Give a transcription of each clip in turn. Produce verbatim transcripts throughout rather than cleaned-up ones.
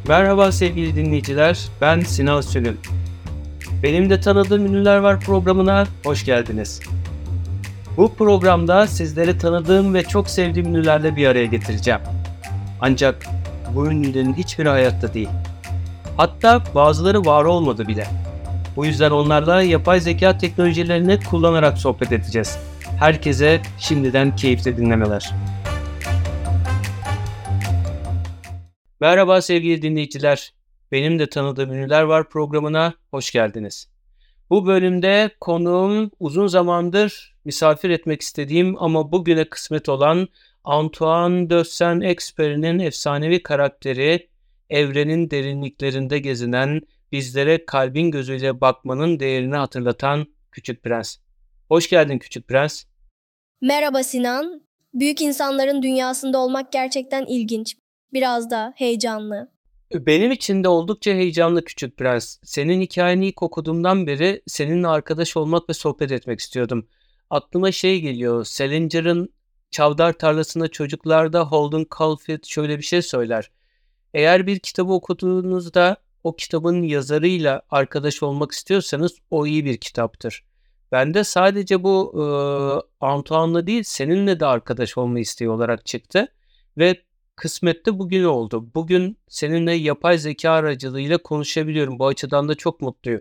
Merhaba sevgili dinleyiciler, ben Sinan Sülün. Benim de tanıdığım ünlüler var programına hoş geldiniz. Bu programda sizleri tanıdığım ve çok sevdiğim ünlülerle bir araya getireceğim. Ancak bu ünlülerin hiçbiri hayatta değil. Hatta bazıları var olmadı bile. Bu yüzden onlarla yapay zeka teknolojilerini kullanarak sohbet edeceğiz. Herkese şimdiden keyifli dinlemeler. Merhaba sevgili dinleyiciler. Benim de tanıdığım ünlüler var programına hoş geldiniz. Bu bölümde konuğum uzun zamandır misafir etmek istediğim ama bugüne kısmet olan Antoine de Saint-Exupéry'nin efsanevi karakteri, evrenin derinliklerinde gezinen, bizlere kalbin gözüyle bakmanın değerini hatırlatan Küçük Prens. Hoş geldin Küçük Prens. Merhaba Sinan. Büyük insanların dünyasında olmak gerçekten ilginç. Biraz da heyecanlı. Benim için de oldukça heyecanlı Küçük Prens. Senin hikayeni ilk okuduğumdan beri seninle arkadaş olmak ve sohbet etmek istiyordum. Aklıma şey geliyor, Salinger'ın Çavdar Tarlası'nda çocuklarda Holden Caulfield şöyle bir şey söyler. Eğer bir kitabı okuduğunuzda o kitabın yazarıyla arkadaş olmak istiyorsanız o iyi bir kitaptır. Ben de sadece bu e, Antoine'la değil seninle de arkadaş olma isteği olarak çıktı ve kısmet de bugün oldu. Bugün seninle yapay zeka aracılığıyla konuşabiliyorum. Bu açıdan da çok mutluyum.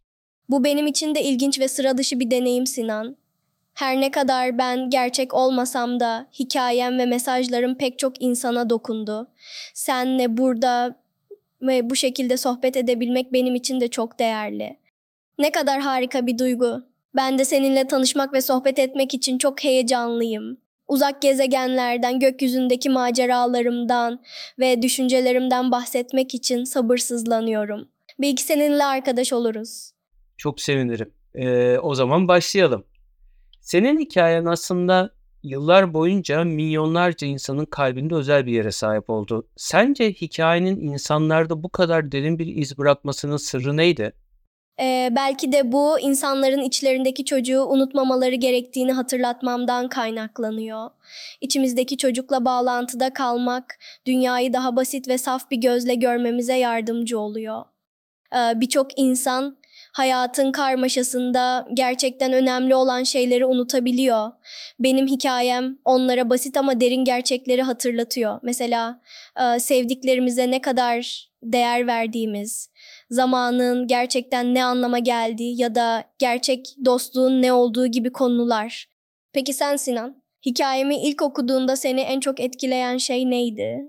Bu benim için de ilginç ve sıra dışı bir deneyim Sinan. Her ne kadar ben gerçek olmasam da hikayem ve mesajlarım pek çok insana dokundu. Senle burada ve bu şekilde sohbet edebilmek benim için de çok değerli. Ne kadar harika bir duygu. Ben de seninle tanışmak ve sohbet etmek için çok heyecanlıyım. Uzak gezegenlerden, gökyüzündeki maceralarımdan ve düşüncelerimden bahsetmek için sabırsızlanıyorum. Belki seninle arkadaş oluruz. Çok sevinirim. Ee, o zaman başlayalım. Senin hikayen aslında yıllar boyunca milyonlarca insanın kalbinde özel bir yere sahip oldu. Sence hikayenin insanlarda bu kadar derin bir iz bırakmasının sırrı neydi? Ee, belki de bu insanların içlerindeki çocuğu unutmamaları gerektiğini hatırlatmamdan kaynaklanıyor. İçimizdeki çocukla bağlantıda kalmak, dünyayı daha basit ve saf bir gözle görmemize yardımcı oluyor. Ee, birçok insan hayatın karmaşasında gerçekten önemli olan şeyleri unutabiliyor. Benim hikayem onlara basit ama derin gerçekleri hatırlatıyor. Mesela e, sevdiklerimize ne kadar değer verdiğimiz, zamanın gerçekten ne anlama geldiği ya da gerçek dostluğun ne olduğu gibi konular. Peki sen Sinan, hikayemi ilk okuduğunda seni en çok etkileyen şey neydi?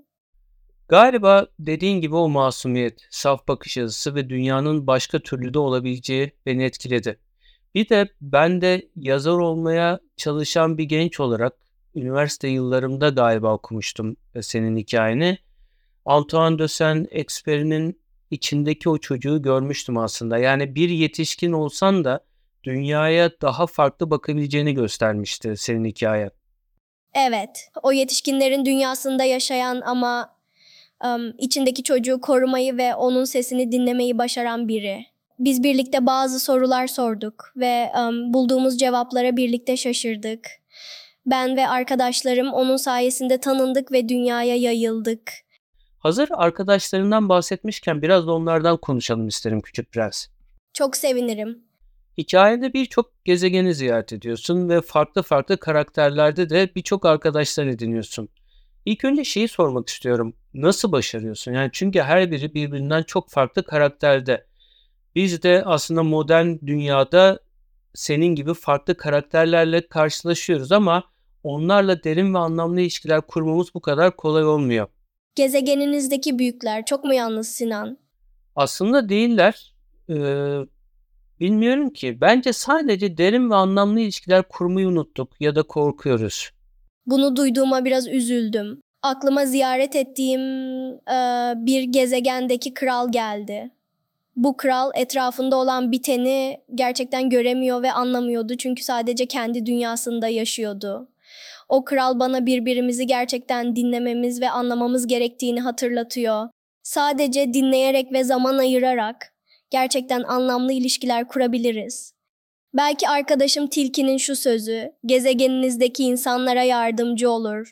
Galiba dediğin gibi o masumiyet, saf bakış açısı ve dünyanın başka türlü de olabileceği beni etkiledi. Bir de ben de yazar olmaya çalışan bir genç olarak üniversite yıllarımda galiba okumuştum e, senin hikayeni. Antoine de Saint-Exupéry'nin içindeki o çocuğu görmüştüm aslında. Yani bir yetişkin olsan da dünyaya daha farklı bakabileceğini göstermişti senin hikayen. Evet, o yetişkinlerin dünyasında yaşayan ama em, içindeki çocuğu korumayı ve onun sesini dinlemeyi başaran biri. Biz birlikte bazı sorular sorduk ve em, bulduğumuz cevaplara birlikte şaşırdık. Ben ve arkadaşlarım onun sayesinde tanındık ve dünyaya yayıldık. Hazır arkadaşlarından bahsetmişken biraz da onlardan konuşalım isterim Küçük Prens. Çok sevinirim. Hikayede birçok gezegeni ziyaret ediyorsun ve farklı farklı karakterlerde de birçok arkadaşlar ediniyorsun. İlk önce şeyi sormak istiyorum. Nasıl başarıyorsun? Yani çünkü her biri birbirinden çok farklı karakterde. Biz de aslında modern dünyada senin gibi farklı karakterlerle karşılaşıyoruz ama onlarla derin ve anlamlı ilişkiler kurmamız bu kadar kolay olmuyor. Gezegeninizdeki büyükler çok mu yalnız Sinan? Aslında değiller. Ee, bilmiyorum ki. Bence sadece derin ve anlamlı ilişkiler kurmayı unuttuk ya da korkuyoruz. Bunu duyduğuma biraz üzüldüm. Aklıma ziyaret ettiğim eee, bir gezegendeki kral geldi. Bu kral etrafında olan biteni gerçekten göremiyor ve anlamıyordu çünkü sadece kendi dünyasında yaşıyordu. O kral bana birbirimizi gerçekten dinlememiz ve anlamamız gerektiğini hatırlatıyor. Sadece dinleyerek ve zaman ayırarak gerçekten anlamlı ilişkiler kurabiliriz. Belki arkadaşım Tilki'nin şu sözü, gezegeninizdeki insanlara yardımcı olur.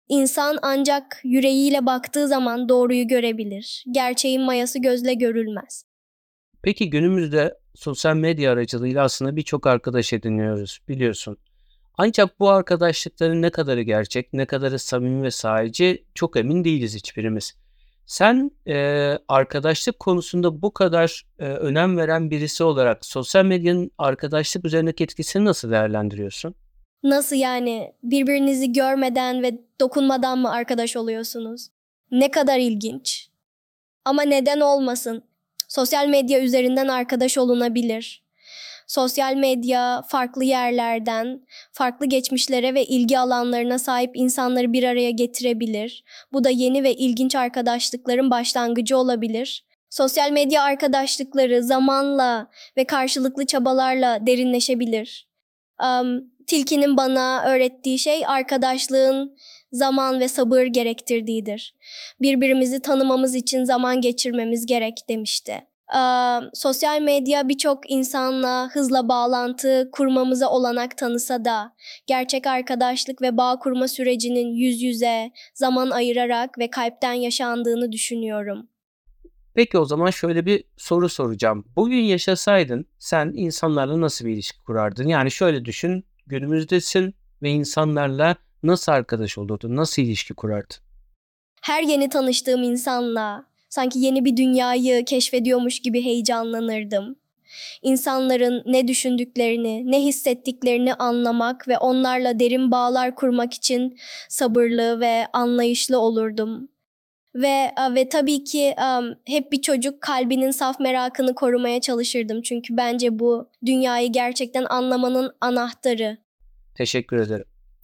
İnsan ancak yüreğiyle baktığı zaman doğruyu görebilir. Gerçeğin mayası gözle görülmez. Peki günümüzde sosyal medya aracılığıyla aslında birçok arkadaş ediniyoruz, biliyorsun. Ancak bu arkadaşlıkların ne kadarı gerçek, ne kadarı samimi ve sadece çok emin değiliz hiçbirimiz. Sen eee, arkadaşlık konusunda bu kadar eee, önem veren birisi olarak sosyal medyanın arkadaşlık üzerindeki etkisini nasıl değerlendiriyorsun? Nasıl yani? Birbirinizi görmeden ve dokunmadan mı arkadaş oluyorsunuz? Ne kadar ilginç. Ama neden olmasın? Sosyal medya üzerinden arkadaş olunabilir. Sosyal medya farklı yerlerden, farklı geçmişlere ve ilgi alanlarına sahip insanları bir araya getirebilir. Bu da yeni ve ilginç arkadaşlıkların başlangıcı olabilir. Sosyal medya arkadaşlıkları zamanla ve karşılıklı çabalarla derinleşebilir. Am, Tilkinin bana öğrettiği şey arkadaşlığın zaman ve sabır gerektirdiğidir. Birbirimizi tanımamız için zaman geçirmemiz gerek demişti. Aa, sosyal medya birçok insanla hızla bağlantı kurmamıza olanak tanısa da gerçek arkadaşlık ve bağ kurma sürecinin yüz yüze zaman ayırarak ve kalpten yaşandığını düşünüyorum. Peki o zaman şöyle bir soru soracağım. Bugün yaşasaydın sen insanlarla nasıl bir ilişki kurardın? Yani şöyle düşün, günümüzdesin ve insanlarla nasıl arkadaş olurdun, nasıl ilişki kurardın? Her yeni tanıştığım insanla sanki yeni bir dünyayı keşfediyormuş gibi heyecanlanırdım. İnsanların ne düşündüklerini, ne hissettiklerini anlamak ve onlarla derin bağlar kurmak için sabırlı ve anlayışlı olurdum. Ve ve tabii ki um, hep bir çocuk kalbinin saf merakını korumaya çalışırdım. Çünkü bence bu dünyayı gerçekten anlamanın anahtarı. Teşekkür ederim.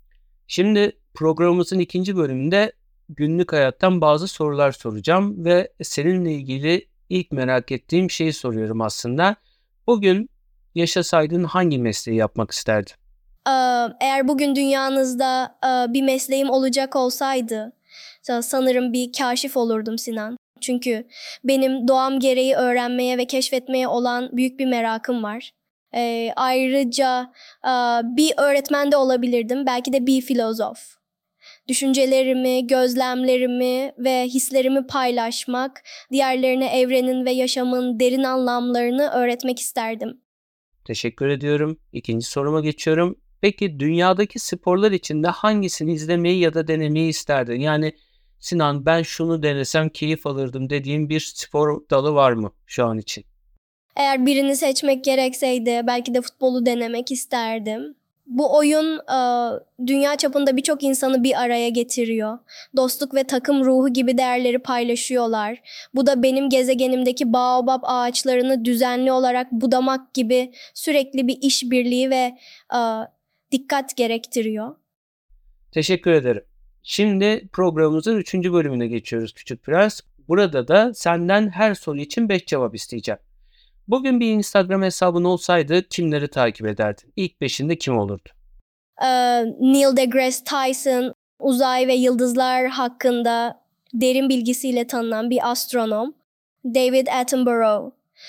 Şimdi programımızın ikinci bölümünde günlük hayattan bazı sorular soracağım ve seninle ilgili ilk merak ettiğim şeyi soruyorum aslında. Bugün yaşasaydın hangi mesleği yapmak isterdin? Ee, Eğer bugün dünyanızda e, bir mesleğim olacak olsaydı sa- sanırım bir kaşif olurdum Sinan. Çünkü benim doğam gereği öğrenmeye ve keşfetmeye olan büyük bir merakım var. Ee, ayrıca e, bir öğretmen de olabilirdim, belki de bir filozof. Düşüncelerimi, gözlemlerimi ve hislerimi paylaşmak, diğerlerine evrenin ve yaşamın derin anlamlarını öğretmek isterdim. Teşekkür ediyorum. İkinci soruma geçiyorum. Peki dünyadaki sporlar içinde hangisini izlemeyi ya da denemeyi isterdin? Yani Sinan ben şunu denesem keyif alırdım dediğin bir spor dalı var mı şu an için? Eğer birini seçmek gerekseydi belki de futbolu denemek isterdim. Bu oyun e, dünya çapında birçok insanı bir araya getiriyor. Dostluk ve takım ruhu gibi değerleri paylaşıyorlar. Bu da benim gezegenimdeki baobab ağaçlarını düzenli olarak budamak gibi sürekli bir işbirliği ve e, dikkat gerektiriyor. Teşekkür ederim. Şimdi programımızın üçüncü bölümüne geçiyoruz Küçük Prens. Burada da senden her soru için beş cevap isteyeceğim. Bugün bir Instagram hesabın olsaydı kimleri takip ederdin? İlk beşinde kim olurdu? Ee, Neil deGrasse Tyson, uzay ve yıldızlar hakkında derin bilgisiyle tanınan bir astronom. David Attenborough,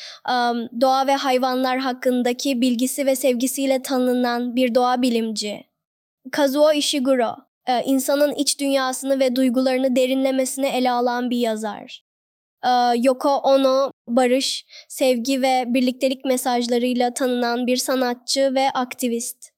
um, doğa ve hayvanlar hakkındaki bilgisi ve sevgisiyle tanınan bir doğa bilimci. Kazuo Ishiguro, e, insanın iç dünyasını ve duygularını derinlemesine ele alan bir yazar. Ee, Yoko Ono, barış, sevgi ve birliktelik mesajlarıyla tanınan bir sanatçı ve aktivist.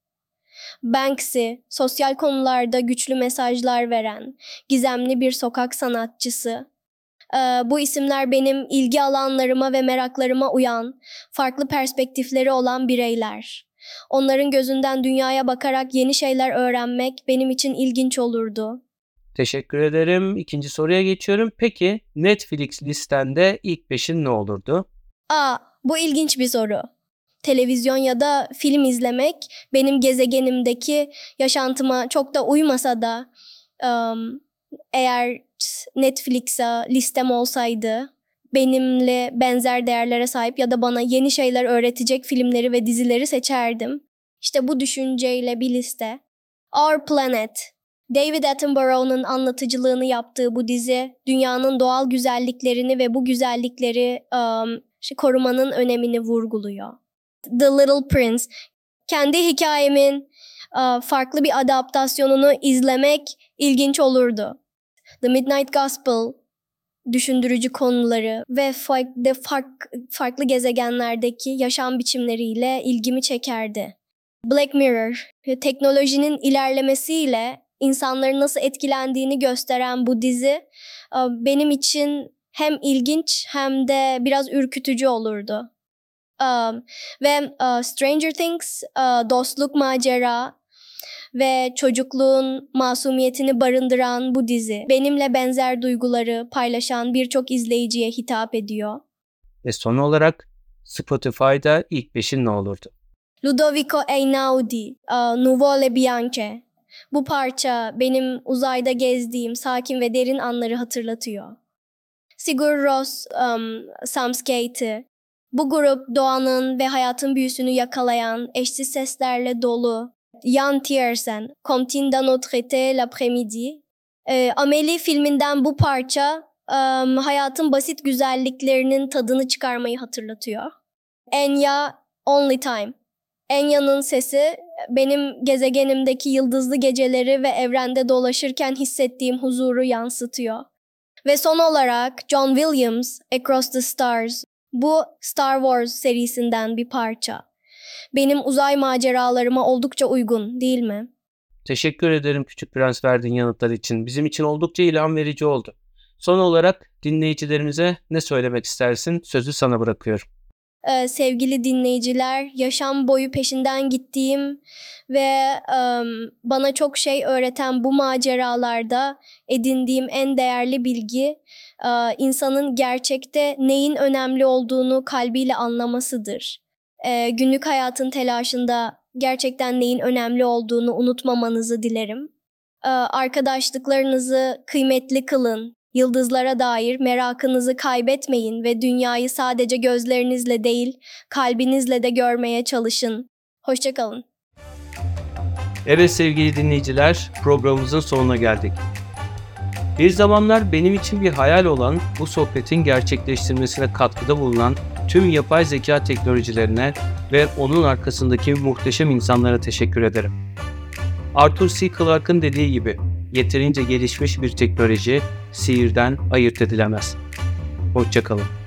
Banksy, sosyal konularda güçlü mesajlar veren, gizemli bir sokak sanatçısı. Ee, bu isimler benim ilgi alanlarıma ve meraklarıma uyan, farklı perspektifleri olan bireyler. Onların gözünden dünyaya bakarak yeni şeyler öğrenmek benim için ilginç olurdu. Teşekkür ederim. İkinci soruya geçiyorum. Peki Netflix listende ilk beşin ne olurdu? Aa, bu ilginç bir soru. Televizyon ya da film izlemek benim gezegenimdeki yaşantıma çok da uymasa da um, eğer Netflix'e listem olsaydı benimle benzer değerlere sahip ya da bana yeni şeyler öğretecek filmleri ve dizileri seçerdim. İşte bu düşünceyle bir liste. Our Planet. David Attenborough'un anlatıcılığını yaptığı bu dizi dünyanın doğal güzelliklerini ve bu güzellikleri um, korumanın önemini vurguluyor. The Little Prince. Kendi hikayemin Aa, farklı bir adaptasyonunu izlemek ilginç olurdu. The Midnight Gospel, düşündürücü konuları ve farklı, fark, farklı gezegenlerdeki yaşam biçimleriyle ilgimi çekerdi. Black Mirror, teknolojinin ilerlemesiyle insanların nasıl etkilendiğini gösteren bu dizi benim için hem ilginç hem de biraz ürkütücü olurdu. Um, ve uh, Stranger Things, uh, dostluk, macera ve çocukluğun masumiyetini barındıran bu dizi benimle benzer duyguları paylaşan birçok izleyiciye hitap ediyor. Ve son olarak Spotify'da ilk beşin ne olurdu? Ludovico Einaudi, uh, Nuvole Bianche. Bu parça benim uzayda gezdiğim sakin ve derin anları hatırlatıyor. Sigur Rós um, Samskate. Bu grup doğanın ve hayatın büyüsünü yakalayan eşsiz seslerle dolu. Jan Tiersen, Comptine dans notre été l'après-midi. E, Amélie filminden bu parça um, hayatın basit güzelliklerinin tadını çıkarmayı hatırlatıyor. Enya, Only Time. Enya'nın sesi benim gezegenimdeki yıldızlı geceleri ve evrende dolaşırken hissettiğim huzuru yansıtıyor. Ve son olarak John Williams, Across the Stars. Bu Star Wars serisinden bir parça. Benim uzay maceralarıma oldukça uygun, değil mi? Teşekkür ederim Küçük Prens verdiğin yanıtlar için. Bizim için oldukça ilham verici oldu. Son olarak dinleyicilerimize ne söylemek istersin? Sözü sana bırakıyorum. Ee, sevgili dinleyiciler, yaşam boyu peşinden gittiğim ve um, bana çok şey öğreten bu maceralarda edindiğim en değerli bilgi uh, insanın gerçekte neyin önemli olduğunu kalbiyle anlamasıdır. Ee, günlük hayatın telaşında gerçekten neyin önemli olduğunu unutmamanızı dilerim. Ee, arkadaşlıklarınızı kıymetli kılın. Yıldızlara dair merakınızı kaybetmeyin ve dünyayı sadece gözlerinizle değil, kalbinizle de görmeye çalışın. Hoşça kalın. Evet sevgili dinleyiciler, programımızın sonuna geldik. Bir zamanlar benim için bir hayal olan bu sohbetin gerçekleştirmesine katkıda bulunan tüm yapay zeka teknolojilerine ve onun arkasındaki muhteşem insanlara teşekkür ederim. Arthur C. Clarke'ın dediği gibi, yeterince gelişmiş bir teknoloji sihirden ayırt edilemez. Hoşça kalın.